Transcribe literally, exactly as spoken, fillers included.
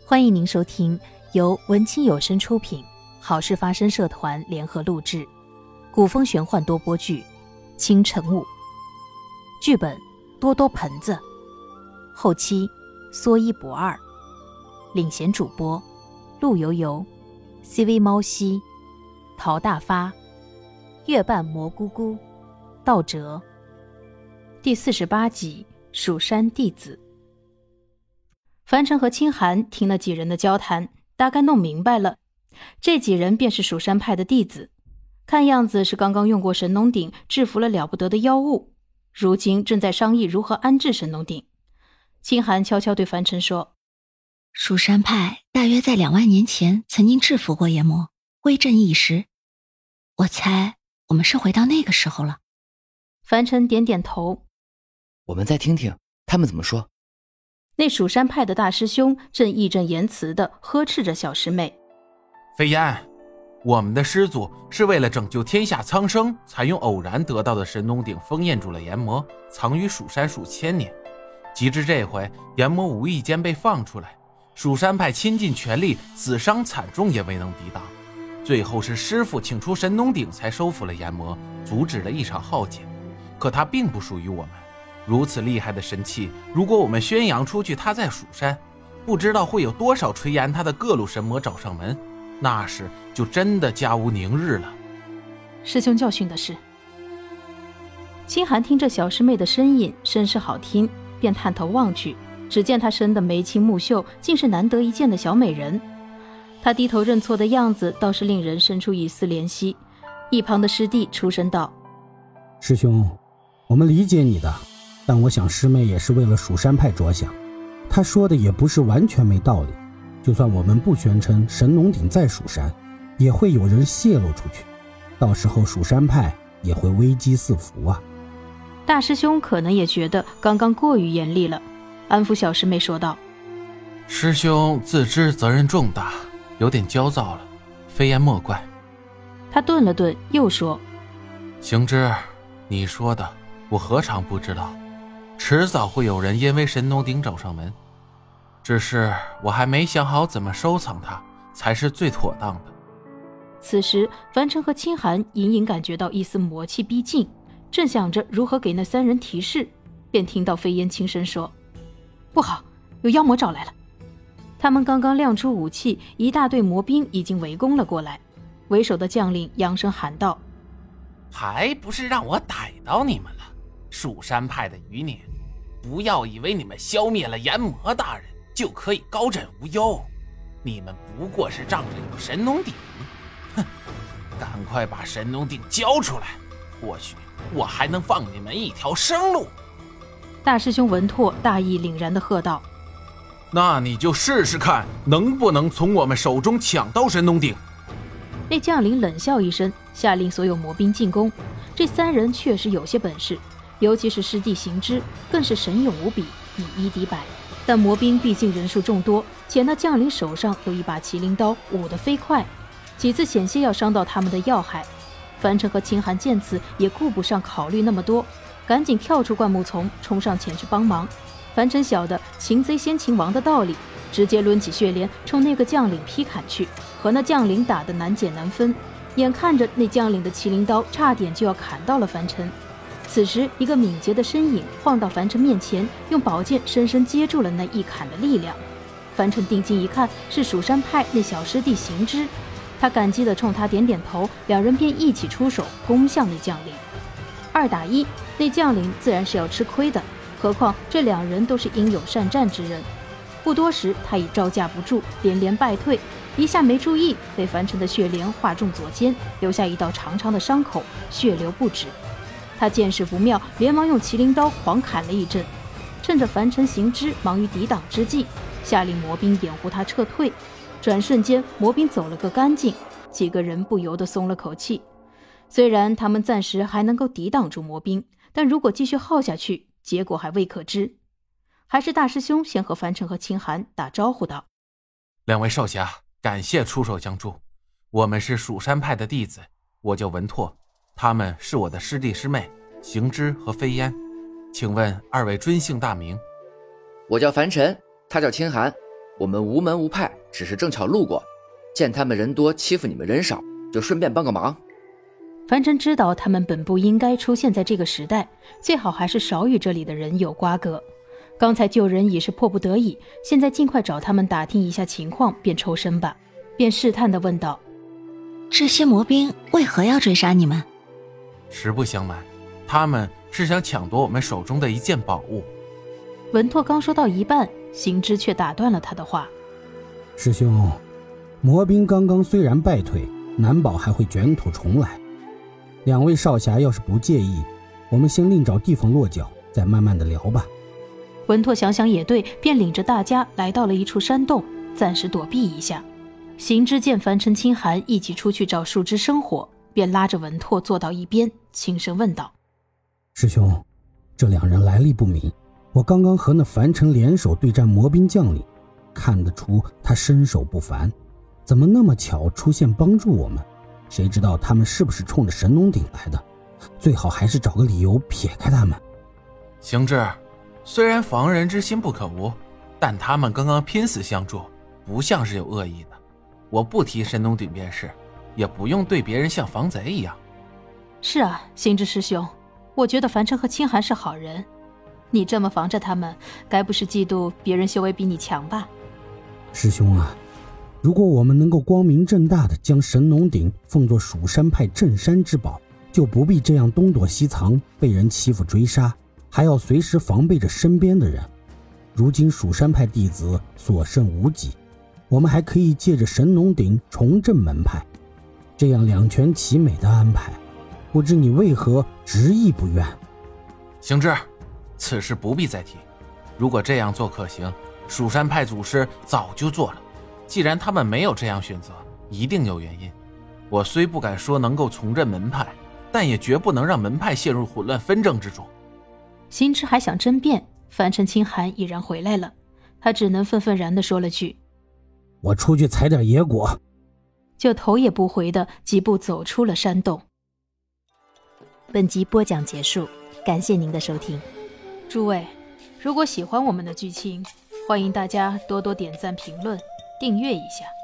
欢迎您收听由文清有声出品，好事发生社团联合录制，古风玄幻多播剧《清晨雾》，剧本多多盆子，后期说一不二，领衔主播陆游游、C V 猫西、陶大发、月半蘑菇菇、道哲。第四十八集蜀山弟子。樊城和清寒听了几人的交谈，大概弄明白了，这几人便是蜀山派的弟子，看样子是刚刚用过神农鼎制服了了不得的妖物，如今正在商议如何安置神农鼎。清寒悄悄对樊城说， 蜀山派大约在两万年前曾经制服过炎魔，威震一时，我猜我们是回到那个时候了。 樊城点点头， 我们再听听他们怎么说。 那蜀山派的大师兄正义正言辞地呵斥着小师妹， 飞燕，我们的师祖是为了拯救天下苍生，才用偶然得到的神农鼎封印住了炎魔，藏于蜀山数千年，及至这回炎魔无意间被放出来，蜀山派倾尽全力，死伤惨重也未能抵挡，最后是师父请出神农鼎才收服了炎魔，阻止了一场浩劫。可它并不属于我们，如此厉害的神器，如果我们宣扬出去它在蜀山，不知道会有多少垂涎它的各路神魔找上门，那时就真的家无宁日了。 师兄教训的是。清寒听着小师妹的声音甚是好听，便探头望去，只见她生得眉清目秀，竟是难得一见的小美人。她低头认错的样子倒是令人生出一丝怜惜。一旁的师弟出声道， 师兄，我们理解你的，但我想师妹也是为了蜀山派着想，她说的也不是完全没道理。就算我们不宣称神农鼎在蜀山，也会有人泄露出去，到时候蜀山派也会危机四伏啊。 大师兄可能也觉得刚刚过于严厉了，安抚小师妹说道， 师兄自知责任重大，有点焦躁了，飞燕莫怪。 他顿了顿又说， 行之，你说的我何尝不知道，迟早会有人因为神农鼎找上门，只是我还没想好怎么收藏它才是最妥当的。 此时樊城和清寒隐隐感觉到一丝魔气逼近，正想着如何给那三人提示，便听到飞燕轻声说，不好，有妖魔找来了。他们刚刚亮出武器，一大队魔兵已经围攻了过来。为首的将领扬声喊道， 还不是让我逮到你们了，蜀山派的余孽，不要以为你们消灭了炎魔大人就可以高枕无忧，你们不过是仗着有神农鼎，哼，赶快把神农鼎交出来，或许我还能放你们一条生路。 大师兄文拓大义凛然地喝道， 那你就试试看能不能从我们手中抢到神农鼎。 那将领冷笑一声，下令所有魔兵进攻。这三人确实有些本事，尤其是师弟行之更是神勇无比，以一敌百。但魔兵毕竟人数众多，且那将领手上有一把麒麟刀，舞得飞快，几次险些要伤到他们的要害。樊城和清寒见此也顾不上考虑那么多，赶紧跳出灌木丛，冲上前去帮忙。樊城晓得擒贼先擒王的道理，直接抡起血镰冲那个将领劈砍去，和那将领打得难解难分。眼看着那将领的麒麟刀差点就要砍到了樊城，此时一个敏捷的身影晃到樊城面前，用宝剑深深接住了那一砍的力量。樊城定睛一看，是蜀山派那小师弟行之，他感激地冲他点点头，两人便一起出手攻向那将领。二打一，那将领自然是要吃亏的，何况这两人都是英勇善战之人。不多时，他已招架不住，连连败退，一下没注意，被樊城的血镰划中左肩，留下一道长长的伤口，血流不止。他见势不妙，连忙用麒麟刀狂砍了一阵，趁着樊城行之忙于抵挡之际，下令魔兵掩护他撤退。转瞬间，魔兵走了个干净，几个人不由得松了口气。虽然他们暂时还能够抵挡住魔兵，但如果继续耗下去，结果还未可知。还是大师兄先和樊城和清寒打招呼道， 两位少侠，感谢出手相助，我们是蜀山派的弟子，我叫文拓，他们是我的师弟师妹行之和飞烟，请问二位尊姓大名？ 我叫樊尘，他叫清寒。 我们无门无派，只是正巧路过，见他们人多欺负你们人少，就顺便帮个忙。 樊晨知道他们本不应该出现在这个时代，最好还是少与这里的人有瓜葛。刚才救人已是迫不得已，现在尽快找他们打听一下情况，便抽身吧。便试探地问道： 这些魔兵为何要追杀你们？ 实不相瞒，他们是想抢夺我们手中的一件宝物。 文拓刚说到一半，行之却打断了他的话： 师兄，魔兵刚刚虽然败退，难保还会卷土重来。两位少侠要是不介意，我们先另找地方落脚，再慢慢的聊吧。 文拓想想也对，便领着大家来到了一处山洞，暂时躲避一下。行之见樊晨、清寒一起出去找树枝生火，便拉着文拓坐到一边，轻声问道： 师兄，这两人来历不明，我刚刚和那樊晨联手对战魔兵将领，看得出他身手不凡，怎么那么巧出现帮助我们？谁知道他们是不是冲着神农鼎来的？最好还是找个理由撇开他们。 行之，虽然防人之心不可无，但他们刚刚拼死相助，不像是有恶意的。我不提神农鼎便是，也不用对别人像防贼一样。 是啊，行之师兄，我觉得樊晨和清寒是好人，你这么防着他们，该不是嫉妒别人修为比你强吧？ 师兄啊，如果我们能够光明正大的将神农鼎奉作蜀山派镇山之宝，就不必这样东躲西藏，被人欺负追杀，还要随时防备着身边的人。如今蜀山派弟子所剩无几，我们还可以借着神农鼎重振门派，这样两全其美的安排，不知你为何执意不愿？ 行之，此事不必再提。如果这样做可行，蜀山派祖师早就做了。既然他们没有这样选择，一定有原因。我虽不敢说能够重振门派，但也绝不能让门派陷入混乱纷争之中。 行之还想争辩，樊晨、清寒已然回来了，他只能愤愤然地说了句： 我出去采点野果， 就头也不回地几步走出了山洞。 本集播讲结束，感谢您的收听。 诸位，如果喜欢我们的剧情，欢迎大家多多点赞、评论、订阅一下。